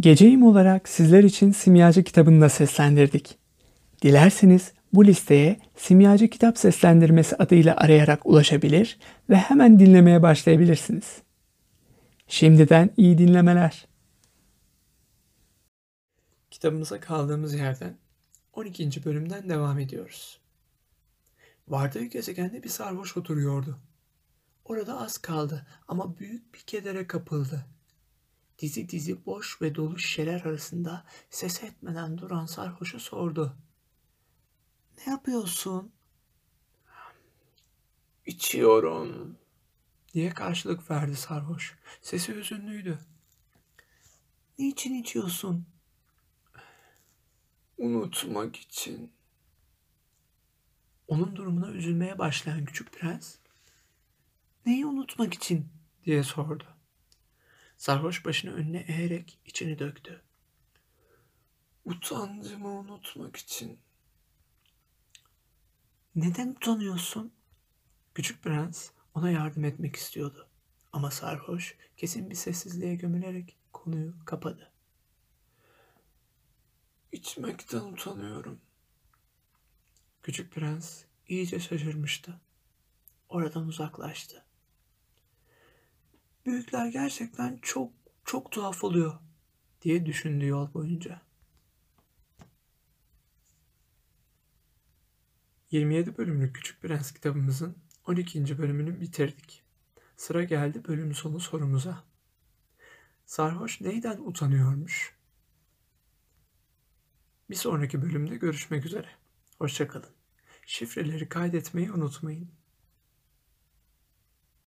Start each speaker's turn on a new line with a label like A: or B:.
A: Geceyim olarak sizler için Simyacı kitabını da seslendirdik. Dilerseniz bu listeye Simyacı Kitap Seslendirmesi adıyla arayarak ulaşabilir ve hemen dinlemeye başlayabilirsiniz. Şimdiden iyi dinlemeler. Kitabımıza kaldığımız yerden 12. bölümden devam ediyoruz. Vardığı gezegende bir sarhoş oturuyordu. Orada az kaldı ama büyük bir kedere kapıldı. Dizi dizi boş ve dolu şişeler arasında ses etmeden duran sarhoşa sordu. "Ne yapıyorsun?" "İçiyorum," diye karşılık verdi sarhoş. Sesi hüzünlüydü. "Niçin içiyorsun?" "Unutmak için." Onun durumuna üzülmeye başlayan küçük prens, "Neyi unutmak için?" diye sordu. Sarhoş başını önüne eğerek içini döktü. "Utancımı unutmak için." "Neden utanıyorsun?" Küçük prens ona yardım etmek istiyordu. Ama sarhoş kesin bir sessizliğe gömülerek konuyu kapadı. "İçmekten utanıyorum." Küçük prens iyice şaşırmıştı. Oradan uzaklaştı. "Büyükler gerçekten çok tuhaf oluyor," diye düşündü yol boyunca. 27 bölümlük Küçük Prens kitabımızın 12. bölümünü bitirdik. Sıra geldi bölüm sonu sorumuza. Sarhoş neyden utanıyormuş? Bir sonraki bölümde görüşmek üzere. Hoşça kalın. Şifreleri kaydetmeyi unutmayın.